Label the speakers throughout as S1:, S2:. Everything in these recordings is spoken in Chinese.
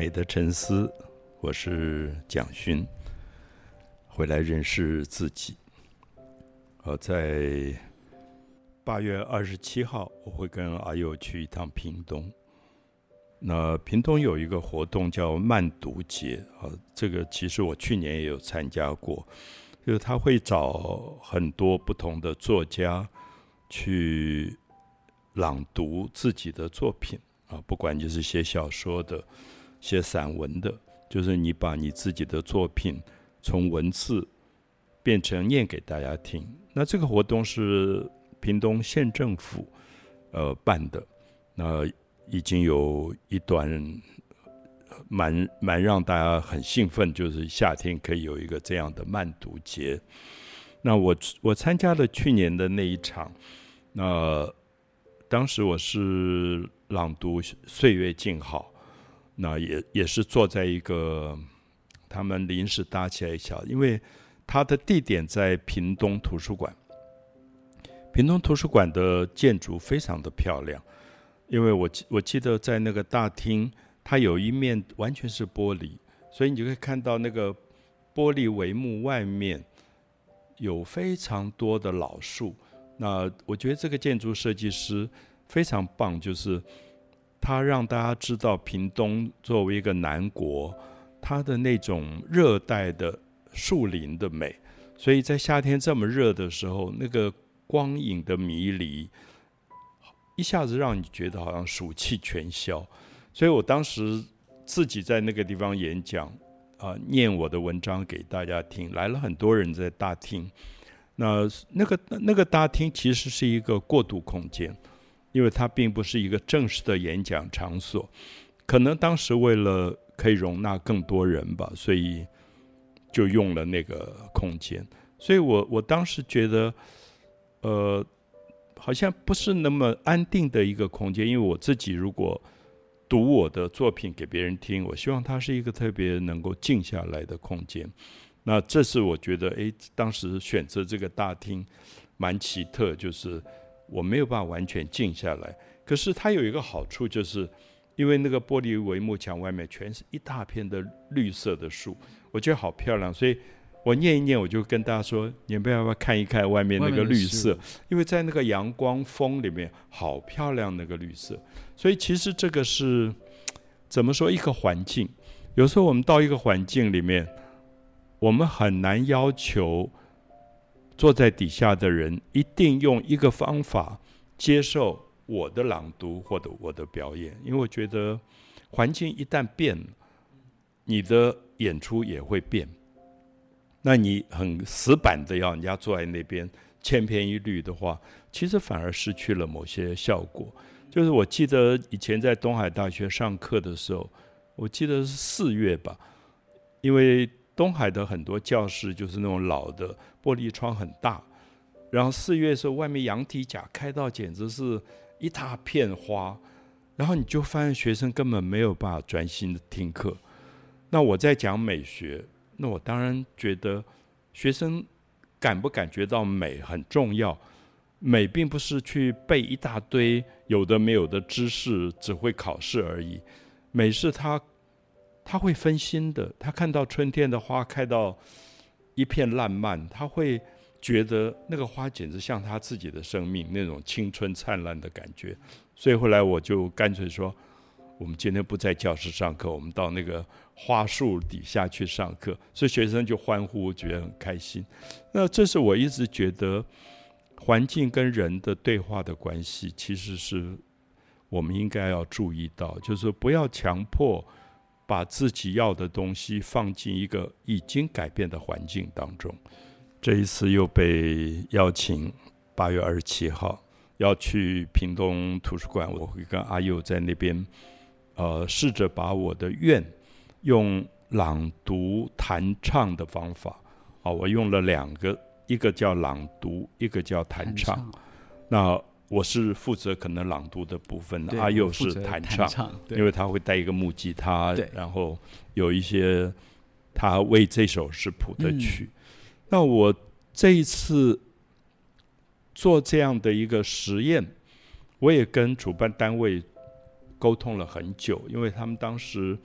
S1: 美的沉思，我是蒋勋，回来认识自己。在8月27号，我会跟阿佑去一趟屏东。那屏东有一个活动叫慢读节，这个其实我去年也有参加过，就是他会找很多不同的作家去朗读自己的作品不管就是写小说的、写散文的，就是你把你自己的作品从文字变成念给大家听。那这个活动是屏东县政府办的，那已经有一段蛮让大家很兴奋，就是夏天可以有一个这样的慢读节。那我参加了去年的那一场，那当时我是朗读《岁月静好》，那也是坐在一个他们临时搭起来小，因为它的地点在屏东图书馆。屏东图书馆的建筑非常的漂亮，因为我记得在那个大厅，它有一面完全是玻璃，所以你就可以看到那个玻璃帷幕外面有非常多的老树。那我觉得这个建筑设计师非常棒，就是他让大家知道屏东作为一个南国，它的那种热带的树林的美，所以在夏天这么热的时候，那个光影的迷离一下子让你觉得好像暑气全消。所以我当时自己在那个地方演讲念我的文章给大家听，来了很多人在大厅。那个大厅其实是一个过渡空间，因为它并不是一个正式的演讲场所，可能当时为了可以容纳更多人吧，所以就用了那个空间。所以我当时觉得好像不是那么安定的一个空间，因为我自己如果读我的作品给别人听，我希望它是一个特别能够静下来的空间。那这是我觉得当时选择这个大厅蛮奇特，就是我没有办法完全静下来，可是它有一个好处，就是因为那个玻璃帷幕墙外面全是一大片的绿色的树，我觉得好漂亮，所以我念一念，我就跟大家说，你们要不要看一看外面那个绿色，因为在那个阳光风里面好漂亮那个绿色。所以其实这个是怎么说，一个环境，有时候我们到一个环境里面，我们很难要求坐在底下的人一定用一个方法接受我的朗读或者我的表演，因为我觉得环境一旦变了，你的演出也会变。那你很死板的要人家坐在那边千篇一律的话，其实反而失去了某些效果。就是我记得以前在东海大学上课的时候，我记得是4月吧，因为东海的很多教室就是那种老的玻璃窗很大，然后4月的时候外面羊蹄甲开到简直是一大片花，然后你就发现学生根本没有办法专心的听课。那我在讲美学，那我当然觉得学生感不感觉到美很重要。美并不是去背一大堆有的没有的知识，只会考试而已。美是他会分心的，他看到春天的花开到一片烂漫，他会觉得那个花简直像他自己的生命，那种青春灿烂的感觉。所以后来我就干脆说，我们今天不在教室上课，我们到那个花树底下去上课，所以学生就欢呼，觉得很开心。那这是我一直觉得环境跟人的对话的关系，其实是我们应该要注意到，就是不要强迫把自己要的东西放进一个已经改变的环境当中。这一次又被邀请8月27号要去屏东图书馆，我会跟阿佑在那边试着把我的愿用朗读弹唱的方法我用了2个，一个叫朗读，一个叫弹唱。那我是负责可能朗读的部分，阿佑是弹唱，因为他会带一个木吉他，然后有一些他为这首诗谱的曲。那我这一次做这样的一个实验，我也跟主办单位沟通了很久，因为他们当时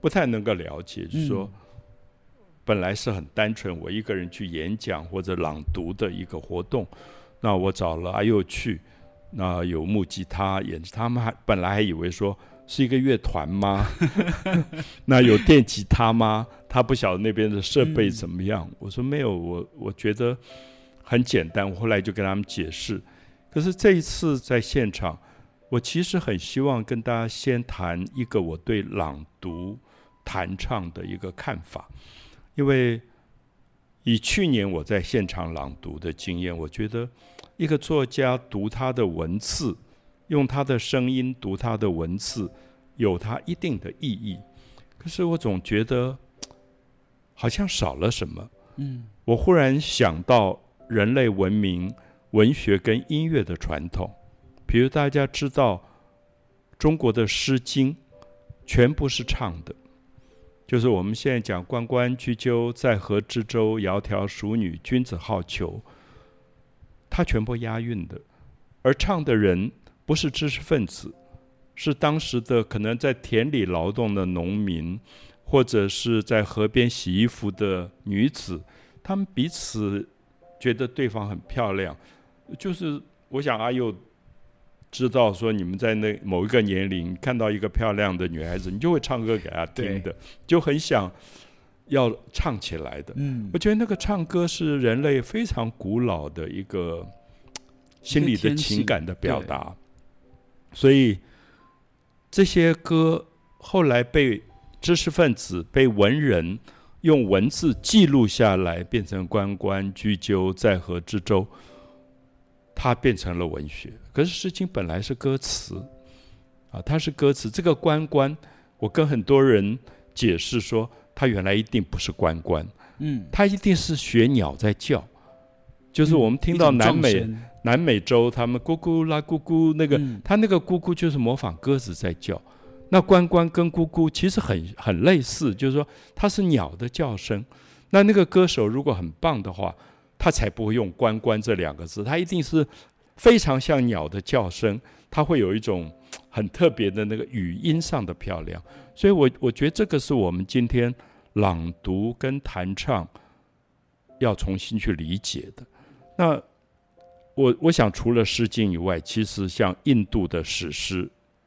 S1: 不太能够了解，就是说本来是很单纯我一个人去演讲或者朗读的一个活动，那我找了阿佑去，那有木吉他演，他们本来还以为说是一个乐团吗？那有电吉他吗？他不晓得那边的设备怎么样。我说没有，我觉得很简单。我后来就跟他们解释。可是这一次在现场，我其实很希望跟大家先谈一个我对朗读弹唱的一个看法，因为以去年我在现场朗读的经验，我觉得一个作家读他的文字，用他的声音读他的文字，有他一定的意义。可是我总觉得好像少了什么。我忽然想到人类文明、文学跟音乐的传统，比如大家知道中国的《诗经》全部是唱的，就是我们现在讲关关雎鸠，在河之洲，窈窕淑女，君子好逑，它全部押韵的。而唱的人不是知识分子，是当时的可能在田里劳动的农民，或者是在河边洗衣服的女子，他们彼此觉得对方很漂亮。就是我想阿佑知道说，你们在那某一个年龄看到一个漂亮的女孩子，你就会唱歌给她听的，就很想要唱起来的。我觉得那个唱歌是人类非常古老的一个心理的情感的表达，所以这些歌后来被知识分子、被文人用文字记录下来，变成关关雎鸠，在河之洲，它变成了文学。可是《诗经》本来是歌词它是歌词。这个关关，我跟很多人解释说，它原来一定不是关关，它一定是学鸟在叫。就是我们听到南美洲他们咕咕啦咕咕，那个它那个咕咕就是模仿鸽子在叫。那关关跟咕咕其实很类似，就是说它是鸟的叫声。那个歌手如果很棒的话，他才不会用关关这两个字，他一定是非常像鸟的叫声，他会有一种很特别的那个语音上的漂亮。所以我觉得这个是我们今天朗读跟弹唱要重新去理解的。那我想除了诗经以外，其实像印度的史诗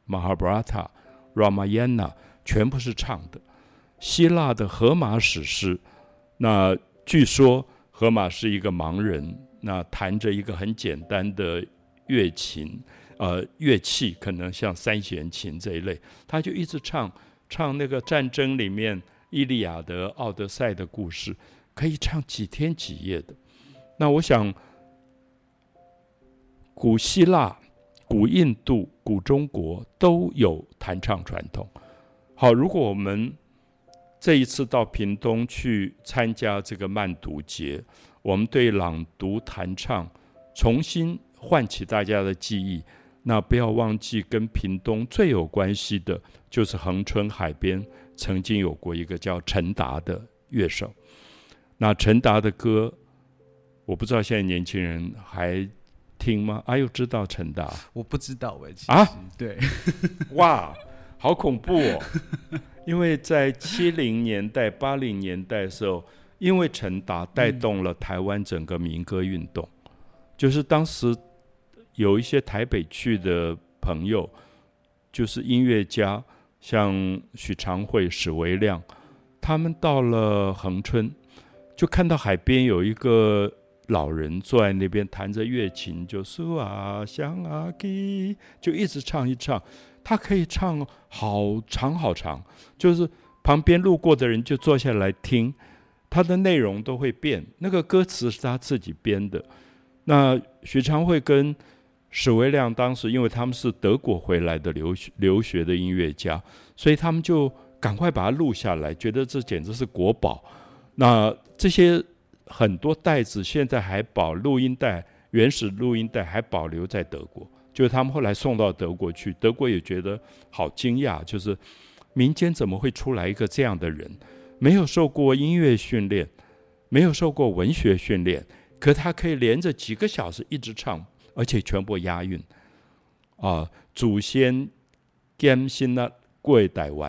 S1: Mahabharata、Ramayana 全部是唱的。希腊的荷马史诗，那据说荷马是一个盲人，那弹着一个很简单的乐器，可能像三弦琴这一类，他就一直唱那个战争里面伊利亚德、奥德赛的故事，可以唱几天几夜的。那我想古希腊、古印度、古中国都有弹唱传统。好，如果我们这一次到屏东去参加这个慢读节，我们对朗读弹唱重新唤起大家的记忆，那不要忘记跟屏东最有关系的就是恒春海边曾经有过一个叫陈达的乐手。那陈达的歌我不知道现在年轻人还听吗？阿佑知道陈达？
S2: 我不知道对，
S1: 哇，好恐怖哦！因为在70年代、80年代的时候，因为陈达带动了台湾整个民歌运动，就是当时有一些台北去的朋友，就是音乐家，像许长惠、史维亮，他们到了恒春，就看到海边有一个老人坐在那边弹着乐琴，就苏啊香啊基，就一直唱一唱。他可以唱好长好长，就是旁边路过的人就坐下来听，他的内容都会变，那个歌词是他自己编的。那许长惠跟史维亮当时因为他们是德国回来的留学的音乐家，所以他们就赶快把它录下来，觉得这简直是国宝。那这些很多带子现在还原始录音带还保留在德国，就是他们后来送到德国去，德国也觉得好惊讶，就是民间怎么会出来一个这样的人，没有受过音乐训练，没有受过文学训练，可他可以连着几个小时一直唱，而且全部押韵祖先甘心啊过台湾，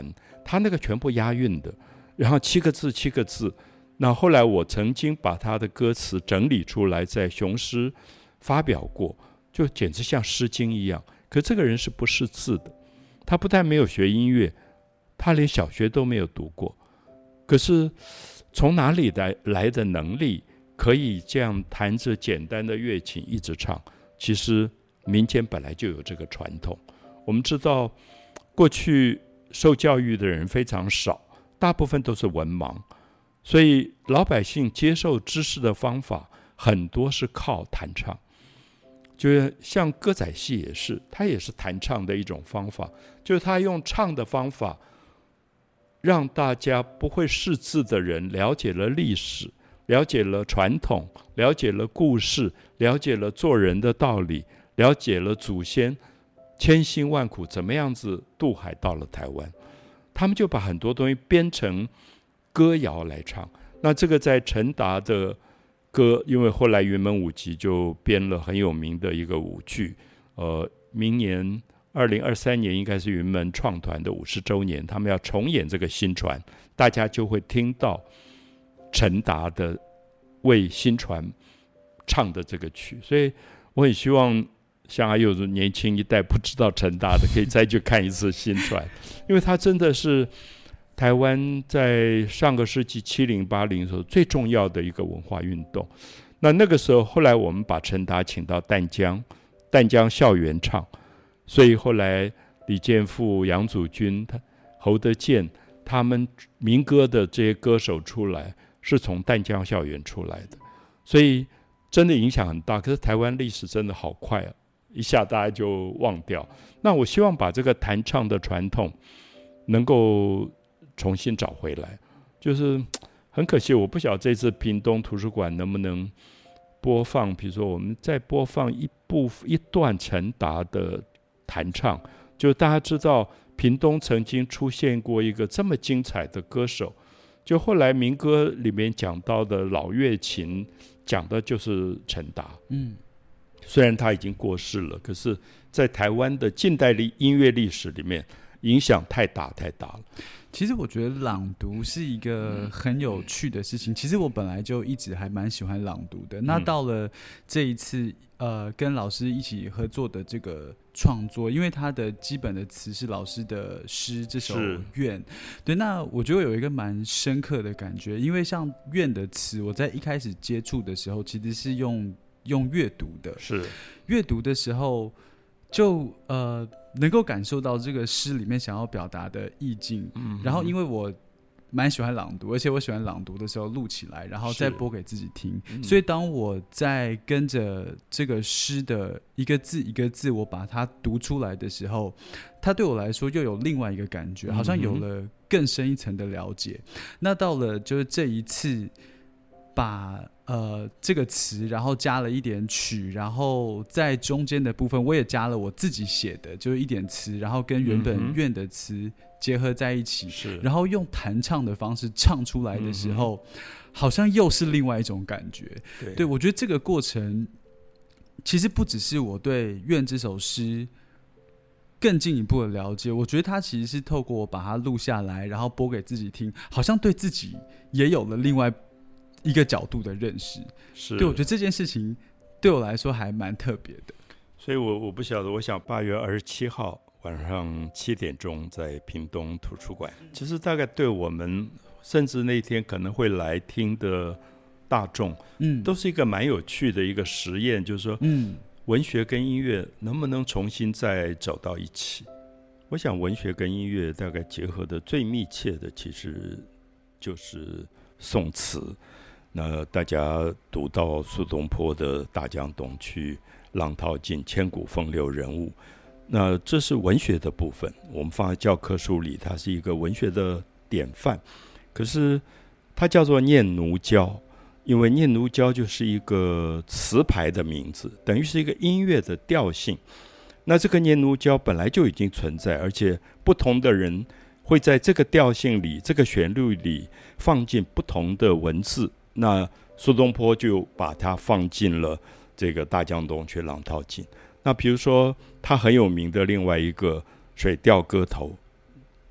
S1: 他那个全部押韵的，然后7个字7个字。那后来我曾经把他的歌词整理出来，在雄狮发表过，就简直像诗经一样。可这个人是不识字的，他不但没有学音乐，他连小学都没有读过。可是从哪里来的能力，可以这样弹着简单的乐器一直唱？其实民间本来就有这个传统。我们知道过去受教育的人非常少，大部分都是文盲，所以老百姓接受知识的方法很多是靠弹唱。就是像歌仔戏也是，它也是弹唱的一种方法，就是他用唱的方法让大家不会识字的人了解了历史，了解了传统，了解了故事，了解了做人的道理，了解了祖先千辛万苦怎么样子渡海到了台湾。他们就把很多东西编成歌谣来唱。那这个在陈达的歌，因为后来云门舞集就编了很有名的一个舞剧，明年2023年应该是云门创团的50周年，他们要重演这个新传，大家就会听到陈达的为新传唱的这个曲。所以我很希望像还有年轻一代不知道陈达的，可以再去看一次新传，因为他真的是台湾在上个世纪70、80的时候最重要的一个文化运动。那个时候，后来我们把陈达请到淡江校园唱，所以后来李健富、杨祖君、侯德健他们民歌的这些歌手出来，是从淡江校园出来的，所以真的影响很大。可是台湾历史真的好快啊，一下大家就忘掉。那我希望把这个弹唱的传统能够重新找回来。就是很可惜，我不晓得这次屏东图书馆能不能播放，比如说我们再播放一段陈达的弹唱，就大家知道屏东曾经出现过一个这么精彩的歌手，就后来民歌里面讲到的老乐琴讲的就是陈达。虽然他已经过世了，可是在台湾的近代音乐历史里面影响太大了。
S2: 其实我觉得朗读是一个很有趣的事情，其实我本来就一直还蛮喜欢朗读的。那到了这一次跟老师一起合作的这个创作，因为它的基本的词是老师的诗，这首愿，对，那我觉得有一个蛮深刻的感觉，因为像愿的词，我在一开始接触的时候其实是用阅读的，是阅读的时候就能够感受到这个诗里面想要表达的意境。然后因为我蛮喜欢朗读，而且我喜欢朗读的时候录起来，然后再播给自己听。所以当我在跟着这个诗的一个字一个字我把它读出来的时候，它对我来说又有另外一个感觉，好像有了更深一层的了解。那到了就是这一次把这个词然后加了一点曲，然后在中间的部分我也加了我自己写的就是一点词，然后跟原本愿的词结合在一起，然后用弹唱的方式唱出来的时候，好像又是另外一种感觉。 对，我觉得这个过程其实不只是我对愿这首诗更进一步的了解，我觉得它其实是透过我把它录下来然后播给自己听，好像对自己也有了另外一个角度的认识。对，我觉得这件事情对我来说还蛮特别的。
S1: 所以我不晓得，我想8月27号晚上7点钟在屏东图书馆，其实大概对我们甚至那天可能会来听的大众，都是一个蛮有趣的一个实验，就是说文学跟音乐能不能重新再走到一起。我想文学跟音乐大概结合的最密切的其实就是宋词。那大家读到苏东坡的大江东去，浪淘尽，千古风流人物，那这是文学的部分，我们放在教科书里，它是一个文学的典范。可是它叫做念奴娇，因为念奴娇就是一个词牌的名字，等于是一个音乐的调性。那这个念奴娇本来就已经存在，而且不同的人会在这个调性里，这个旋律里放进不同的文字。那苏东坡就把它放进了这个大江东去，浪淘尽。那比如说他很有名的另外一个水调歌头，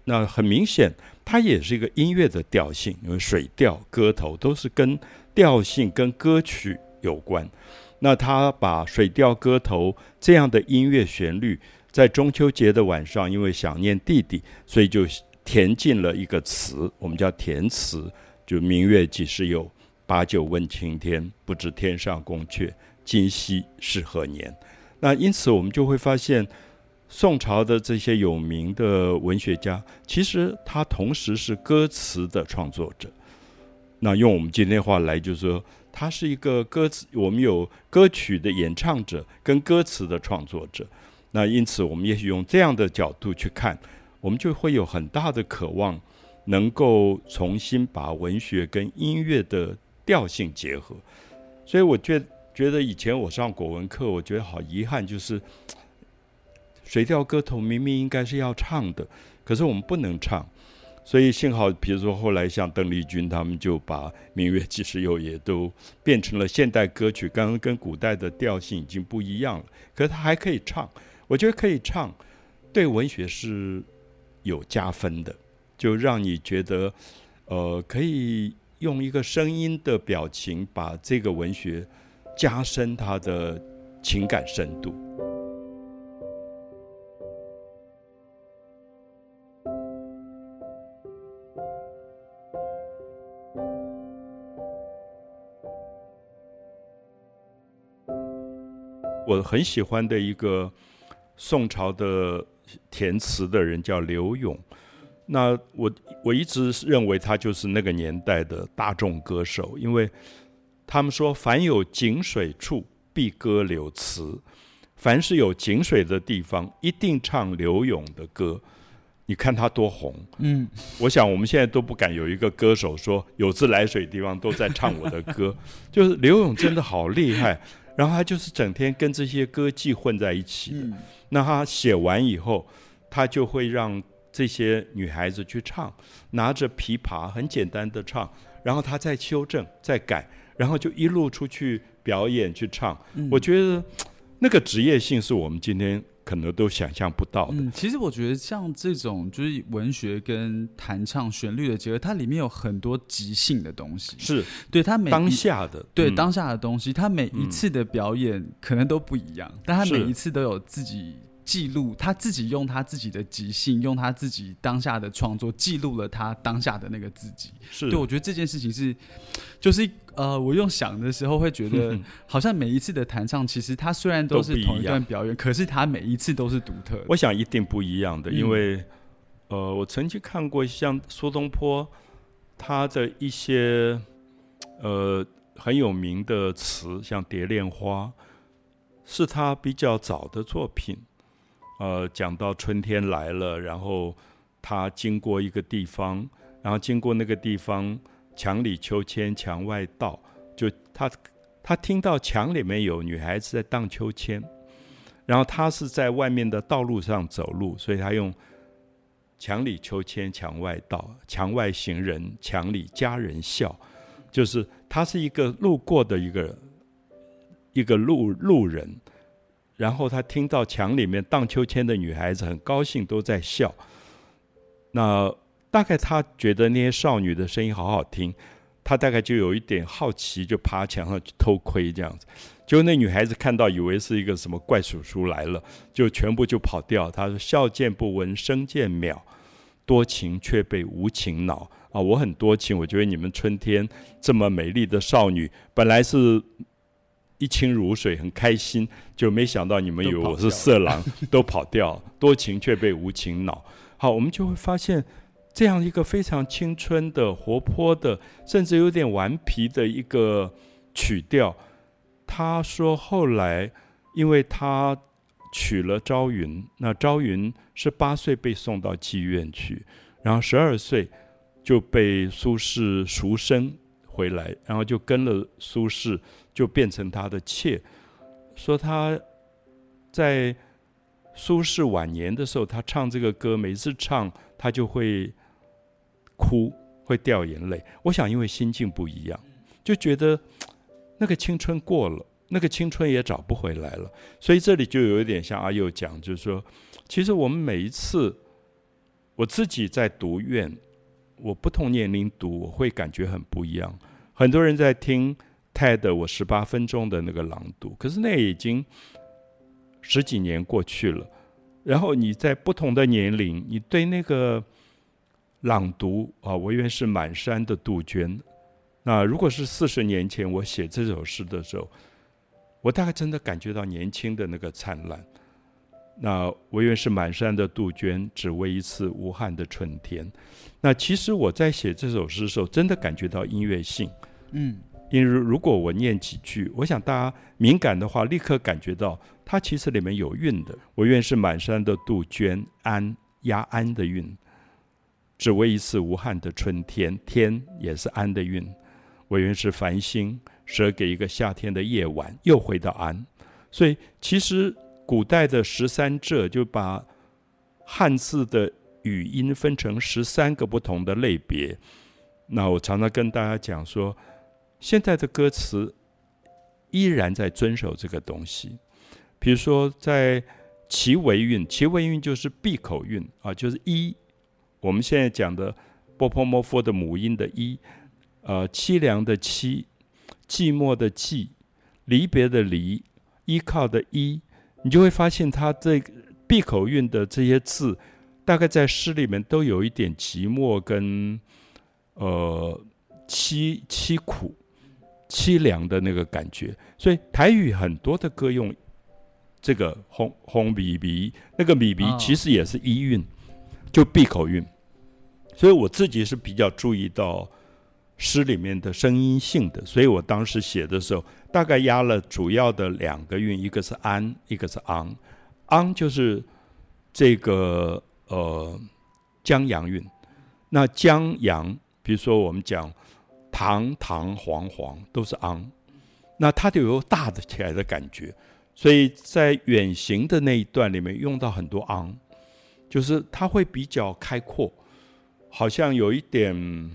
S1: 那很明显它也是一个音乐的调性，因为水调歌头都是跟调性跟歌曲有关。那他把水调歌头这样的音乐旋律在中秋节的晚上，因为想念弟弟，所以就填进了一个词，我们叫填词，就明月几时有，把酒问青天，不知天上宫阙，今夕是何年。那因此我们就会发现宋朝的这些有名的文学家，其实他同时是歌词的创作者。那用我们今天话来，就是说他是一个歌词，我们有歌曲的演唱者跟歌词的创作者。那因此我们也许用这样的角度去看，我们就会有很大的渴望能够重新把文学跟音乐的调性结合。所以我觉得以前我上国文课，我觉得好遗憾，就是水调歌头明明应该是要唱的，可是我们不能唱。所以幸好比如说后来像邓丽君他们就把明月几时有也都变成了现代歌曲，刚刚跟古代的调性已经不一样了，可是它还可以唱。我觉得可以唱对文学是有加分的，就让你觉得可以用一个声音的表情把这个文学加深它的情感深度。我很喜欢的一个宋朝的填词的人叫柳永，那我一直认为他就是那个年代的大众歌手，因为他们说凡有井水处必歌柳词，凡是有井水的地方一定唱柳永的歌。你看他多红，我想我们现在都不敢有一个歌手说有自来水的地方都在唱我的歌就是柳永真的好厉害，然后他就是整天跟这些歌妓混在一起的。那他写完以后，他就会让这些女孩子去唱，拿着琵琶很简单的唱，然后他再修正再改，然后就一路出去表演去唱。我觉得那个职业性是我们今天可能都想象不到的。
S2: 其实我觉得像这种就是文学跟弹唱旋律的结合，它里面有很多即兴的东西，
S1: 是
S2: 对它
S1: 当下的，
S2: 对当下的东西，它每一次的表演可能都不一样，但它每一次都有自己记录，他自己用他自己的即兴，用他自己当下的创作记录了他当下的那个自己。
S1: 是，
S2: 对，我觉得这件事情是就是我用想的时候会觉得好像每一次的弹唱其实它虽然都是同一段表演，可是它每一次都是独特的。
S1: 我想一定不一样的，因为我曾经看过像苏东坡他的一些很有名的词，像《蝶恋花》是他比较早的作品。讲到春天来了，然后他经过一个地方，然后经过那个地方，墙里秋千墙外道，就他听到墙里面有女孩子在荡秋千，然后他是在外面的道路上走路，所以他用墙里秋千墙外道，墙外行人墙里佳人笑，就是他是一个路过的一个路人，然后他听到墙里面荡秋千的女孩子很高兴都在笑，那大概他觉得那些少女的声音好好听，他大概就有一点好奇，就爬墙上去偷窥这样子。结果那女孩子看到以为是一个什么怪叔叔来了，就全部就跑掉。他说笑渐不闻声渐渺，多情却被无情恼。我很多情，我觉得你们春天这么美丽的少女本来是一清如水很开心，就没想到你们以为我是色狼都跑掉，多情却被无情恼。好，我们就会发现这样一个非常青春的活泼的甚至有点顽皮的一个曲调。他说后来因为他娶了朝云，那朝云是8岁被送到妓院去，然后12岁就被苏轼赎身回来，然后就跟了苏轼，就变成他的妾。说他在苏轼晚年的时候，他唱这个歌，每次唱他就会哭，会掉眼泪。我想因为心境不一样，就觉得那个青春过了，那个青春也找不回来了。所以这里就有一点像阿佑讲，就是说其实我们每一次我自己在读院，我不同年龄读，我会感觉很不一样。很多人在听 TED 我18分钟的那个朗读，可是那已经10几年过去了。然后你在不同的年龄，你对那个朗读啊，我原是满山的杜鹃。那如果是40年前我写这首诗的时候，我大概真的感觉到年轻的那个灿烂。那我原是满山的杜鹃，只为一次无憾的春天。那其实我在写这首诗的时候，真的感觉到音乐性。因为如果我念几句，我想大家敏感的话，立刻感觉到它其实里面有韵的。我原是满山的杜鹃，安压安的韵，只为一次无憾的春天，天也是安的韵。我原是繁星，舍给一个夏天的夜晚，又回到安。所以其实古代的13仄就把汉字的语音分成13个不同的类别。那我常常跟大家讲说，现在的歌词依然在遵守这个东西。比如说在齐尾韵，齐尾韵就是闭口韵啊，就是一，我们现在讲的波波摩佛的母音的一，凄凉的凄，寂寞的寂，离别的离，依靠的依，你就会发现它这闭口韵的这些字，大概在诗里面都有一点寂寞跟凄苦、凄凉的那个感觉。所以台语很多的歌用这个轰咪咪，那个咪咪其实也是一韵，就闭口韵。所以我自己是比较注意到诗里面的声音性的，所以我当时写的时候大概压了主要的2个韵，一个是安，一个是昂。昂就是这个江阳韵。那江阳比如说我们讲堂堂皇皇都是昂，那它就有大的起来的感觉。所以在远行的那一段里面用到很多昂，就是它会比较开阔，好像有一点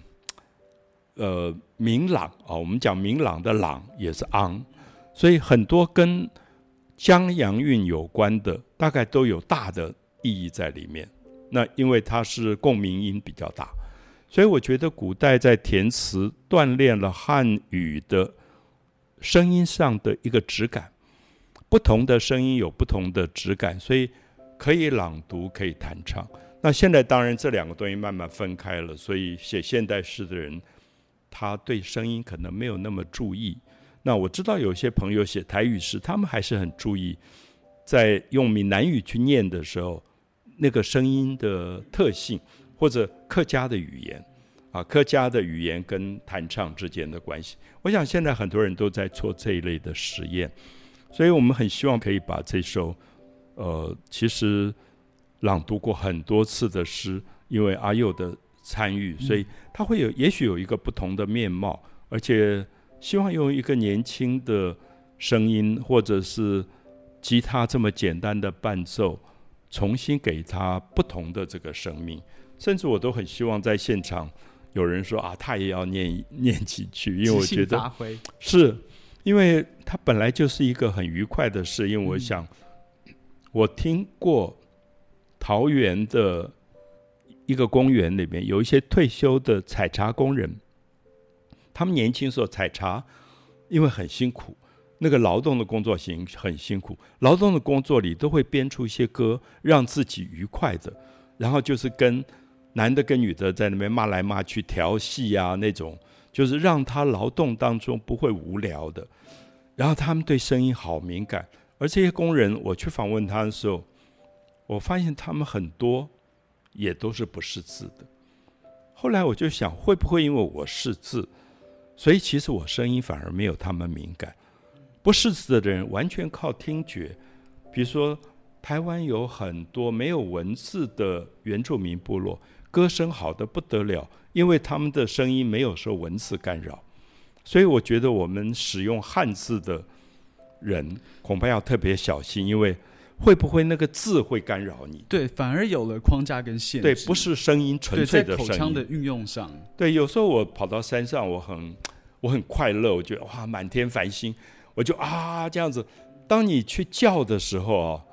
S1: 明朗啊，我们讲明朗的朗也是昂，所以很多跟江阳韵有关的大概都有大的意义在里面。那因为它是共鸣音比较大，所以我觉得古代在填词锻炼了汉语的声音上的一个质感，不同的声音有不同的质感，所以可以朗读，可以弹唱。那现在当然这2个东西慢慢分开了，所以写现代诗的人他对声音可能没有那么注意。那我知道有些朋友写台语诗，他们还是很注意在用闽南语去念的时候那个声音的特性，或者客家的语言啊，客家的语言跟弹唱之间的关系。我想现在很多人都在做这一类的实验，所以我们很希望可以把这首其实朗读过很多次的诗，因为阿佑的参与，所以它会也许有一个不同的面貌，而且希望用一个年轻的声音或者是吉他这么简单的伴奏，重新给它不同的这个生命。甚至我都很希望在现场有人说啊，他也要念几句，因为我觉得是，因为它本来就是一个很愉快的事。因为我想，我听过桃园的一个公园里面有一些退休的采茶工人，他们年轻时候采茶，因为很辛苦，那个劳动的工作型很辛苦，劳动的工作里都会编出一些歌让自己愉快的，然后就是跟男的跟女的在那边骂来骂去调戏啊，那种就是让他劳动当中不会无聊的。然后他们对声音好敏感，而这些工人我去访问他的时候，我发现他们很多也都是不识字的。后来我就想，会不会因为我识字，所以其实我声音反而没有他们敏感。不识字的人完全靠听觉，比如说台湾有很多没有文字的原住民部落，歌声好得不得了，因为他们的声音没有受文字干扰。所以我觉得我们使用汉字的人恐怕要特别小心，因为会不会那个字会干扰你？
S2: 对，反而有了框架跟限制。
S1: 对，不是声音纯粹的声音。
S2: 在口腔的运用上，
S1: 对，有时候我跑到山上，我很快乐，我觉得哇，满天繁星，我就啊这样子。当你去叫的时候啊，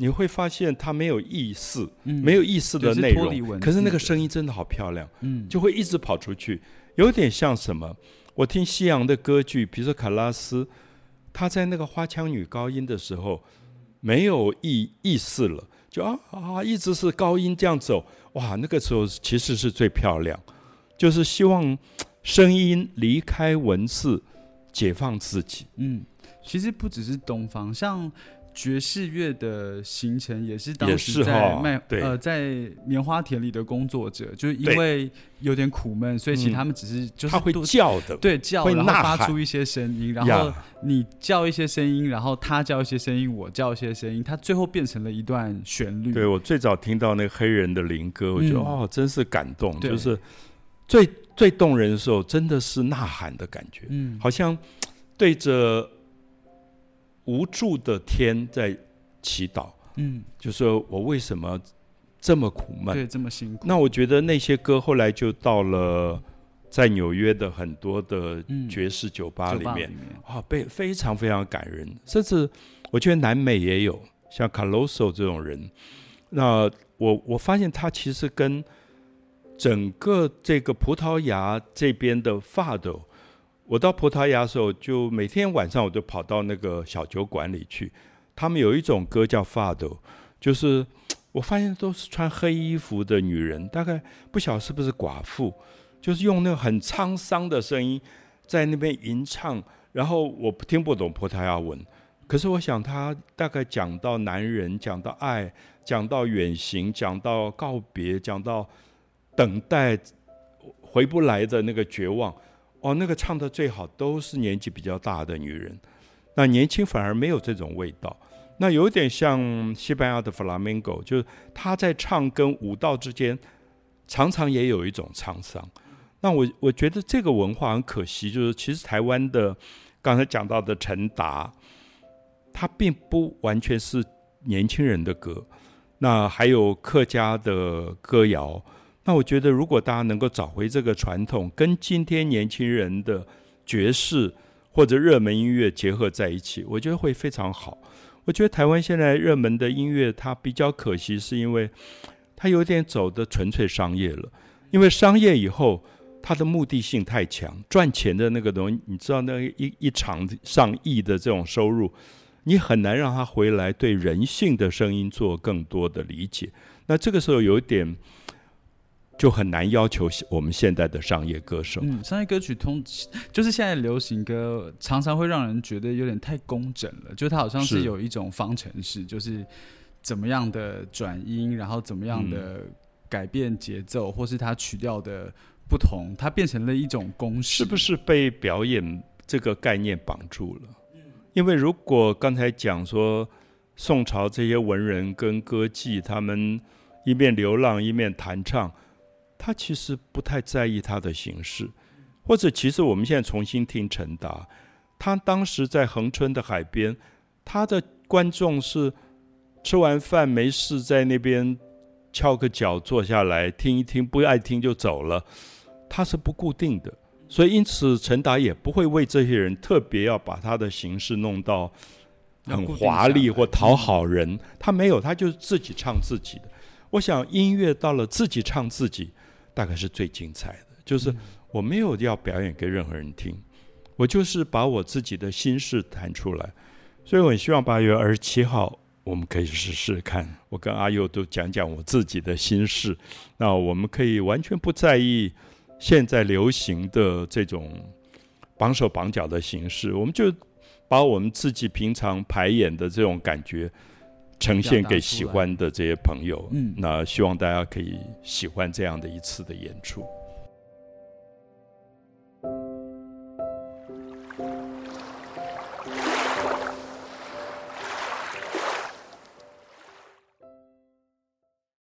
S1: 你会发现它没有意思，没有意思的内容，可是那个声音真的好漂亮，就会一直跑出去，有点像什么？我听西洋的歌剧，比如说卡拉斯，他在那个花腔女高音的时候没有意思了，就一直是高音这样走，哇，那个时候其实是最漂亮，就是希望声音离开文字，解放自己。
S2: 其实不只是东方，像爵士乐的形成也是当时在棉花田里的工作者，就是因为有点苦闷，所以其实他们只是就是
S1: 他会叫的，
S2: 对，叫，然后发出一些声音，然后你叫一些声音，然后他叫一些声音，我叫一些声音，它最后变成了一段旋律。
S1: 对，我最早听到那个黑人的灵歌，我觉得真是感动，就是最动人的时候，真的是呐喊的感觉，好像对着无助的天在祈祷，就说我为什么这么苦闷，
S2: 对，这么辛苦。
S1: 那我觉得那些歌后来就到了在纽约的很多的爵士酒吧里面，非常非常感人。甚至我觉得南美也有像 Caruso 这种人，那我发现他其实跟整个这个葡萄牙这边的法斗，我到葡萄牙的时候，就每天晚上我就跑到那个小酒馆里去。他们有一种歌叫法斗，就是我发现都是穿黑衣服的女人，大概不晓得是不是寡妇，就是用那个很沧桑的声音在那边吟唱。然后我听不懂葡萄牙文，可是我想他大概讲到男人，讲到爱，讲到远行，讲到告别，讲到等待回不来的那个绝望。那个唱的最好都是年纪比较大的女人，那年轻反而没有这种味道。那有点像西班牙的 Flamenco， 就是他在唱跟舞蹈之间常常也有一种沧桑。那我觉得这个文化很可惜，就是其实台湾的刚才讲到的陈达，他并不完全是年轻人的歌，那还有客家的歌谣。那我觉得如果大家能够找回这个传统，跟今天年轻人的爵士或者热门音乐结合在一起，我觉得会非常好。我觉得台湾现在热门的音乐它比较可惜，是因为它有点走的纯粹商业了，因为商业以后它的目的性太强，赚钱的那个东西，你知道那一场上亿的这种收入，你很难让它回来对人性的声音做更多的理解。那这个时候有一点就很难要求我们现在的商业歌手。
S2: 商业歌曲就是现在流行歌常常会让人觉得有点太工整了，就是它好像是有一种方程式，就是怎么样的转音，然后怎么样的改变节奏，或是它曲调的不同，它变成了一种公式。
S1: 是不是被表演这个概念绑住了？因为如果刚才讲说宋朝这些文人跟歌妓，他们一面流浪一面弹唱，他其实不太在意他的形式。或者其实我们现在重新听陈达，他当时在恒春的海边，他的观众是吃完饭没事在那边翘个脚坐下来听一听，不爱听就走了，他是不固定的。所以因此陈达也不会为这些人特别要把他的形式弄到很华丽或讨好人，他没有，他就是自己唱自己的。我想音乐到了自己唱自己大概是最精彩的，就是我没有要表演给任何人听，我就是把我自己的心事弹出来。所以我很希望8月27号我们可以试试看，我跟阿佑都讲讲我自己的心事，那我们可以完全不在意现在流行的这种绑手绑脚的形式，我们就把我们自己平常排演的这种感觉呈现给喜欢的这些朋友。那希望大家可以喜欢这样的一次的演出。